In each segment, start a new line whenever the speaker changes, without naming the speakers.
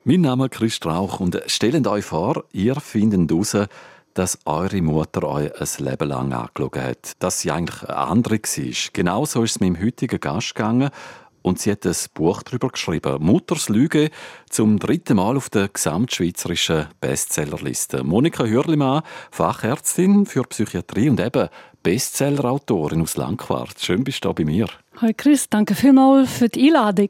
Mein Name ist Chris Strauch und stellt euch vor, ihr findet heraus, dass eure Mutter euch ein Leben lang angeschaut hat. Dass sie eigentlich eine andere war. Genauso ist es meinem heutigen Gast gegangen. Und sie hat ein Buch darüber geschrieben. «Mutters Lüge», zum 3. Mal auf der gesamtschweizerischen Bestsellerliste. Monika Hürlimann, Fachärztin für Psychiatrie und eben Bestsellerautorin aus Langquart. Schön bist du da bei mir.
Hi Chris, danke vielmals für die Einladung.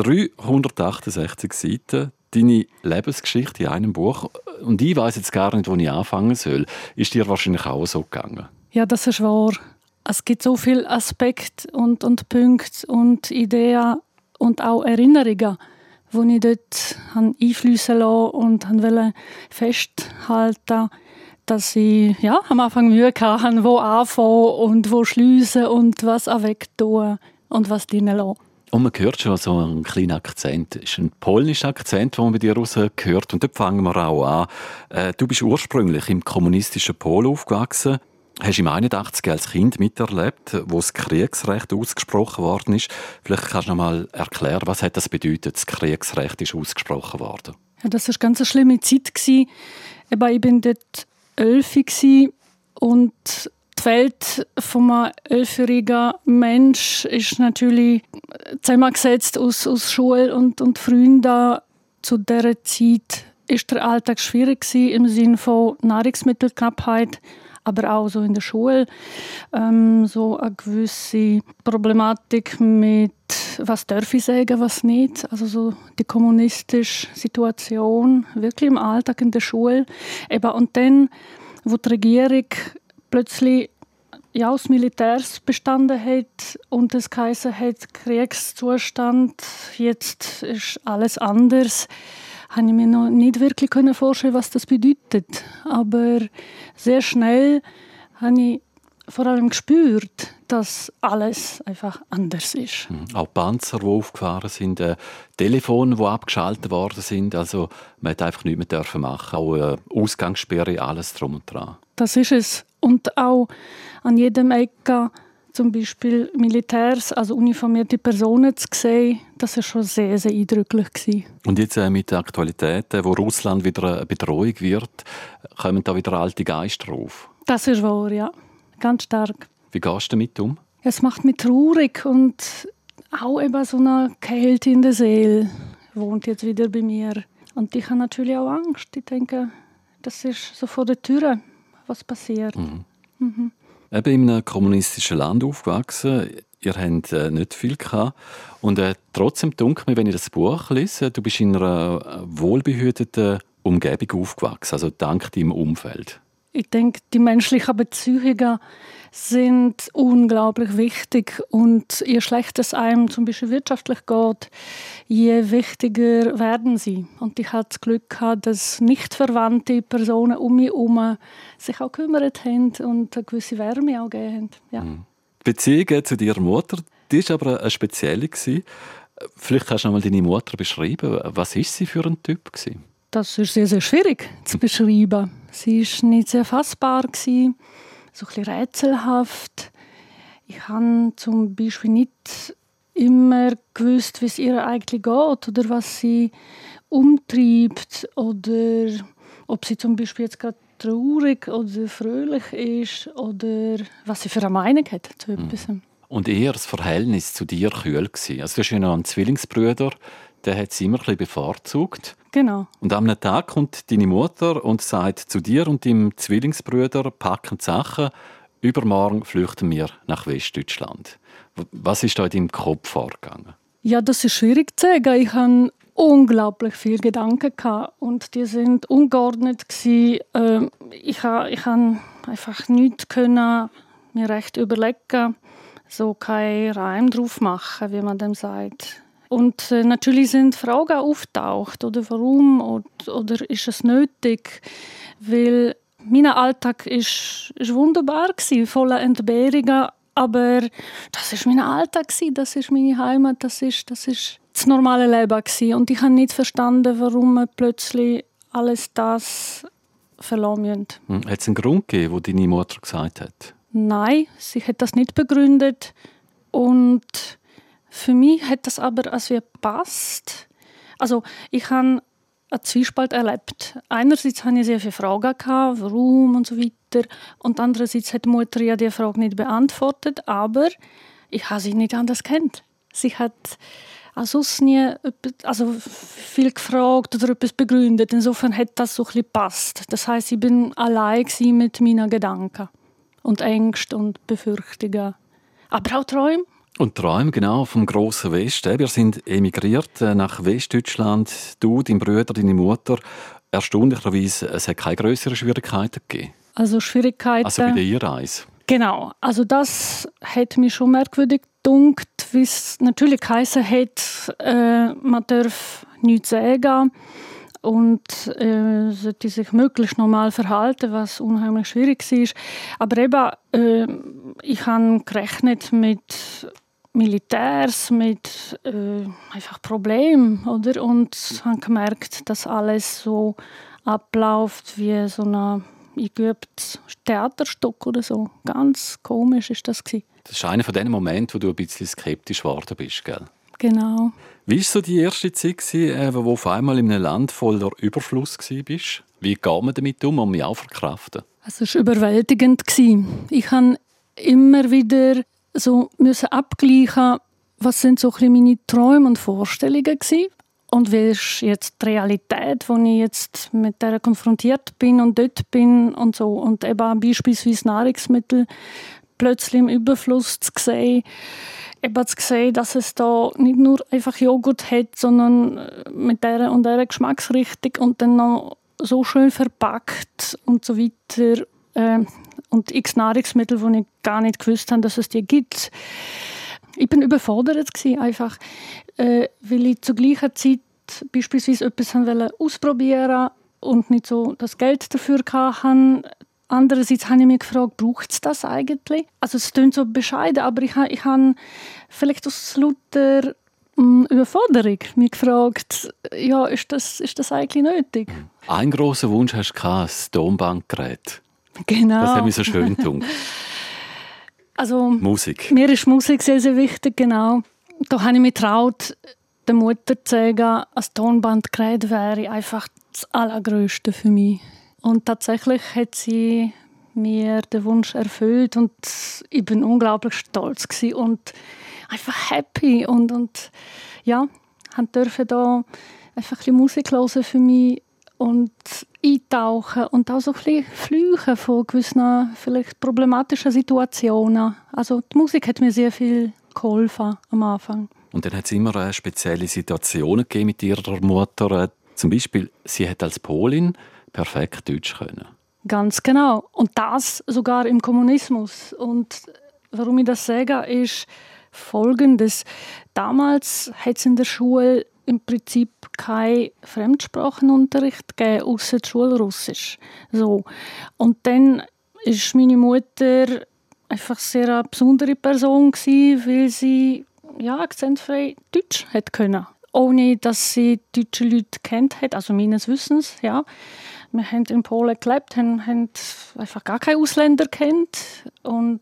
368 Seiten, deine Lebensgeschichte in einem Buch. Und ich weiss jetzt gar nicht, wo ich anfangen soll. Ist dir wahrscheinlich auch so gegangen?
Ja, das ist wahr. Es gibt so viele Aspekte und Punkte und Ideen und auch Erinnerungen, die ich dort einfliessen lassen und wollte festhalten, dass ich am Anfang Mühe hatte, wo anfangen und wo schliessen und was auch wegtun und was drinnen lassen.
Und man hört schon so einen kleinen Akzent. Es ist ein polnischer Akzent, den man bei dir rausgehört. Und dort fangen wir auch an. Du bist ursprünglich im kommunistischen Polen aufgewachsen. Hast im 81 als Kind miterlebt, wo das Kriegsrecht ausgesprochen worden ist. Vielleicht kannst du noch mal erklären, was hat das bedeutet, das Kriegsrecht ist ausgesprochen worden?
Ja, das war eine ganz schlimme Zeit. Ich war dort 11 und die Welt eines 11-jährigen Menschen ist natürlich zusammengesetzt aus Schule und Freunden. Zu dieser Zeit war der Alltag schwierig im Sinne von Nahrungsmittelknappheit, aber auch so in der Schule. So eine gewisse Problematik mit, was darf ich sagen, was nicht. Also so die kommunistische Situation, wirklich im Alltag in der Schule. Und dann, wo die Regierung plötzlich aus Militärs bestanden hat und es geheißen hat, Kriegszustand, jetzt ist alles anders, habe ich mir noch nicht wirklich vorstellen, was das bedeutet. Aber sehr schnell habe ich vor allem gespürt, dass alles einfach anders ist.
Auch Panzer, die aufgefahren sind, Telefone, die abgeschaltet worden sind. Also man hat einfach nichts mehr machen. Auch Ausgangssperre, alles drum und dran.
Das ist es. Und auch an jedem Ecke zum Beispiel Militärs, also uniformierte Personen zu sehen, das war schon sehr, sehr eindrücklich.
Und jetzt mit der Aktualität, wo Russland wieder eine Bedrohung wird, kommen da wieder alte Geister auf?
Das ist wahr, ja. Ganz stark.
Wie gehst du damit um?
Es macht mich traurig und auch eben so eine Kälte in der Seele wohnt jetzt wieder bei mir. Und ich habe natürlich auch Angst. Ich denke, das ist so vor der Tür, was passiert.
Eben in einem kommunistischen Land aufgewachsen. Ihr habt nicht viel gehabt. Und trotzdem denke ich, wenn ich das Buch lese, du bist in einer wohlbehüteten Umgebung aufgewachsen, also dank deinem Umfeld.
Ich denke, die menschlichen Beziehungen sind unglaublich wichtig. Und je schlechter es einem zum Beispiel wirtschaftlich geht, je wichtiger werden sie. Und ich hatte das Glück gehabt, dass nicht verwandte Personen um mich herum sich auch gekümmert haben und eine gewisse Wärme auch gegeben haben. Ja.
Die Beziehung zu deiner Mutter, die war aber eine spezielle. Vielleicht kannst du noch mal deine Mutter beschreiben. Was war sie für ein Typ?
Das ist sehr, sehr schwierig zu beschreiben. Sie war nicht sehr fassbar, so ein bisschen rätselhaft. Ich habe zum Beispiel nicht immer gewusst, wie es ihr eigentlich geht oder was sie umtreibt oder ob sie zum Beispiel jetzt gerade traurig oder fröhlich ist oder was sie für eine Meinung hat zu etwas.
Und eher das Verhältnis zu dir kühl gewesen. Also du hast ja noch einen Zwillingsbruder, der hat sie immer ein bisschen bevorzugt.
Genau.
Und am Tag kommt deine Mutter und sagt zu dir und deinem Zwillingsbruder, packen die Sachen, übermorgen flüchten wir nach Westdeutschland. Was ist da in deinem Kopf vorgegangen?
Ja, das ist schwierig zu sagen. Ich hatte unglaublich viele Gedanken und die sind ungeordnet gewesen. Ich konnte einfach nichts mir recht überlegen, so keinen Reim drauf machen, wie man dem sagt. Und natürlich sind Fragen auftaucht, oder warum, oder ist es nötig? Weil mein Alltag ist wunderbar gewesen, voller Entbehrungen, aber das ist mein Alltag gewesen, das ist meine Heimat, das ist das normale Leben gewesen. Und ich habe nicht verstanden, warum man plötzlich alles das verlassen muss.
Hat es einen Grund gegeben, den deine Mutter gesagt hat?
Nein, sie hat das nicht begründet. Und für mich hat das aber als gepasst. Also ich habe einen Zwiespalt erlebt. Einerseits hatte ich sehr viele Fragen, warum und so weiter. Und andererseits hat die Mutter ja die Frage nicht beantwortet, aber ich habe sie nicht anders kennt. Sie hat also nie viel gefragt oder etwas begründet. Insofern hat das so ein bisschen gepasst. Das heisst, ich bin allein mit meinen Gedanken und Ängsten und Befürchtungen. Aber auch Träume.
Und Träume, genau, vom grossen Westen. Wir sind emigriert nach Westdeutschland. Du, dein Bruder, deine Mutter. Erstaunlicherweise, es hat keine grösseren Schwierigkeiten gegeben.
Also Schwierigkeiten...
Also bei der Einreise.
Genau. Also das hat mich schon merkwürdig gedunkt, wie es natürlich geheissen hat, man darf nichts sagen und sollte sich möglichst normal verhalten, was unheimlich schwierig war. Aber eben, ich habe gerechnet mit Militärs, mit einfach Problemen, oder? Und habe gemerkt, dass alles so abläuft wie so ein eingeübtes Theaterstück oder so. Ganz komisch ist das gewesen.
Das ist einer von den Momenten, wo du ein bisschen skeptisch geworden bist, gell?
Genau.
Wie war so die erste Zeit, wo du auf einmal in einem Land voller Überfluss warst? Wie geht man damit um und mich auch verkraften?
Es war überwältigend. Ich musste immer wieder so abgleichen, was sind so ein bisschen meine Träume und Vorstellungen waren. Und wie ist jetzt die Realität, wo ich jetzt mit der konfrontiert bin und dort bin und so. Und eben beispielsweise Nahrungsmittel plötzlich im Überfluss zu sehen. Eben zu sehen, dass es da nicht nur einfach Joghurt hat, sondern mit dieser und dieser Geschmacksrichtung und dann noch so schön verpackt und so weiter. Und x Nahrungsmittel, die ich gar nicht gewusst habe, dass es die gibt. Ich bin überfordert gewesen, einfach, weil ich zur gleichen Zeit beispielsweise etwas ausprobieren und nicht so das Geld dafür hatte. Andererseits habe ich mich gefragt, braucht es das eigentlich? Also es klingt so bescheiden, aber ich habe vielleicht aus lauter Überforderung mich gefragt, ja, ist das eigentlich nötig?
Ein grosser Wunsch hast du das Tonbandgerät.
Genau.
Das hat mich so schön getan.
Also,
Musik.
Mir ist Musik sehr, sehr wichtig, genau. Da habe ich mich getraut, der Mutter zu sagen, ein Tonbandgerät wäre einfach das Allergrößte für mich. Und tatsächlich hat sie mir den Wunsch erfüllt und ich bin unglaublich stolz gewesen und einfach happy und ja, durfte da einfach ein bisschen Musik hören für mich und eintauchen und auch so ein bisschen flüchen von gewissen vielleicht problematischen Situationen. Also die Musik hat mir sehr viel geholfen am Anfang.
Und dann hat es immer spezielle Situationen gegeben mit ihrer Mutter. Zum Beispiel, sie hat als Polin perfekt Deutsch können.
Ganz genau. Und das sogar im Kommunismus. Und warum ich das sage, ist Folgendes. Damals hat es in der Schule im Prinzip keinen Fremdsprachenunterricht gegeben, ausser Schulrussisch. So. Und dann ist meine Mutter einfach sehr eine besondere Person gewesen, weil sie akzentfrei Deutsch hat können. Ohne dass sie deutsche Leute kennt hat, also meines Wissens, ja. Wir haben in Polen gelebt, haben einfach gar keine Ausländer kennt und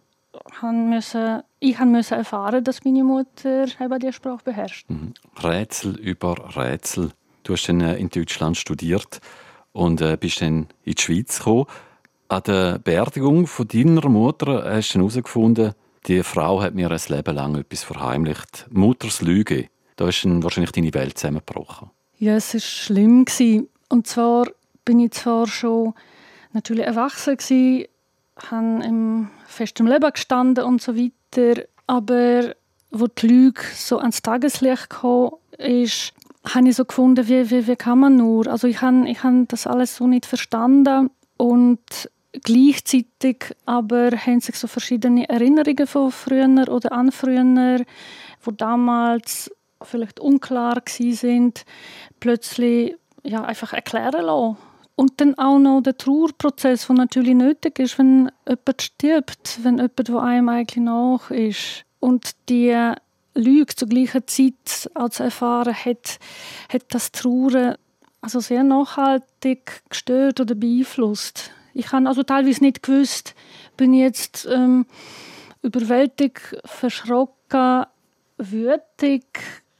ich musste erfahren, dass meine Mutter eben die Sprache beherrscht.
Rätsel über Rätsel. Du hast dann in Deutschland studiert und bist dann in die Schweiz gekommen. An der Beerdigung von deiner Mutter hast du herausgefunden, die Frau hat mir ein Leben lang etwas verheimlicht. Mutters Lüge. Da ist dann wahrscheinlich deine Welt zusammengebrochen. Ja,
es war schlimm. Und zwar bin ich zwar schon natürlich erwachsen gewesen, habe im festen Leben gestanden und so weiter, aber wo die Lüge so ans Tageslicht kam, ist, habe ich so gefunden, wie kann man nur? Also ich habe das alles so nicht verstanden und gleichzeitig aber haben sich so verschiedene Erinnerungen von früher oder an früher, wo damals vielleicht unklar sind, plötzlich einfach erklären lassen. Und dann auch noch der Trauerprozess, der natürlich nötig ist, wenn jemand stirbt, wenn jemand, der einem eigentlich nach ist. Und die Lüge zur gleichen Zeit auch zu erfahren, hat das Trauern also sehr nachhaltig gestört oder beeinflusst. Ich habe also teilweise nicht gewusst, bin ich jetzt überwältigt, verschrocken, wütig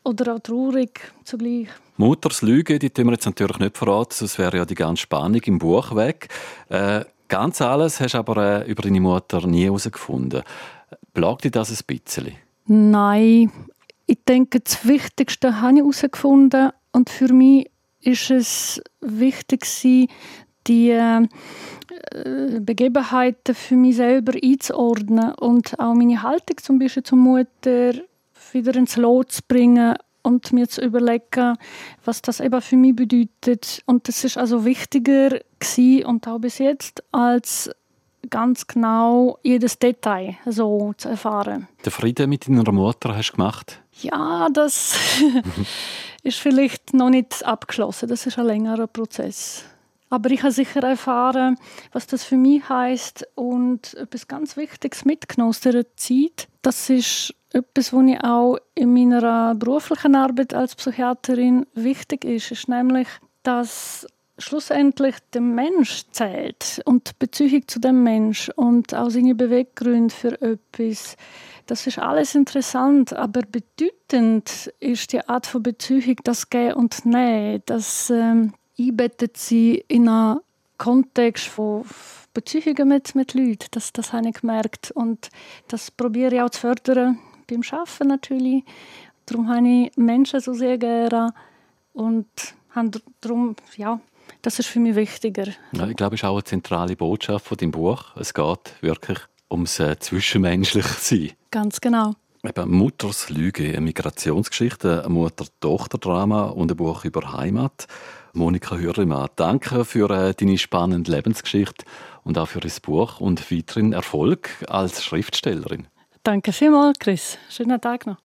oder auch traurig zugleich.
Mutters Lüge, die tun wir jetzt natürlich nicht verraten, sonst wäre ja die ganze Spannung im Buch weg. Ganz alles hast du aber über deine Mutter nie herausgefunden. Plagt dich das ein bisschen?
Nein, ich denke, das Wichtigste habe ich herausgefunden. Und für mich ist es wichtig, die Begebenheiten für mich selber einzuordnen und auch meine Haltung zum Beispiel zur Mutter wieder ins Lot zu bringen und mir zu überlegen, was das eben für mich bedeutet. Und das ist also wichtiger gewesen und auch bis jetzt, als ganz genau jedes Detail so zu erfahren.
Den Frieden mit deiner Mutter hast du gemacht?
Ja, das ist vielleicht noch nicht abgeschlossen. Das ist ein längerer Prozess. Aber ich habe sicher erfahren, was das für mich heisst und etwas ganz Wichtiges mitgenommen aus dieser Zeit. Das ist etwas, was ich auch in meiner beruflichen Arbeit als Psychiaterin wichtig ist nämlich, dass schlussendlich der Mensch zählt und die Beziehung zu dem Mensch und auch seine Beweggründe für etwas. Das ist alles interessant, aber bedeutend ist die Art von Beziehung, das Gehen und Nehmen, das einbettet sie in einen Kontext von Beziehungen mit Leuten. Das habe ich gemerkt. Und das probiere ich auch zu fördern beim Arbeiten natürlich. Darum habe ich Menschen so sehr gerne. Und darum, ja, das ist für mich wichtiger.
Ja, ich glaube, es ist auch eine zentrale Botschaft von deinem Buch. Es geht wirklich ums zwischenmenschliche Sein.
Ganz genau.
Eben Mutters Lüge, eine Migrationsgeschichte, ein Mutter-Tochter-Drama und ein Buch über Heimat. Monika Hürlimann, danke für deine spannende Lebensgeschichte und auch für das Buch und weiteren Erfolg als Schriftstellerin.
Danke vielmals, Chris. Schönen Tag noch.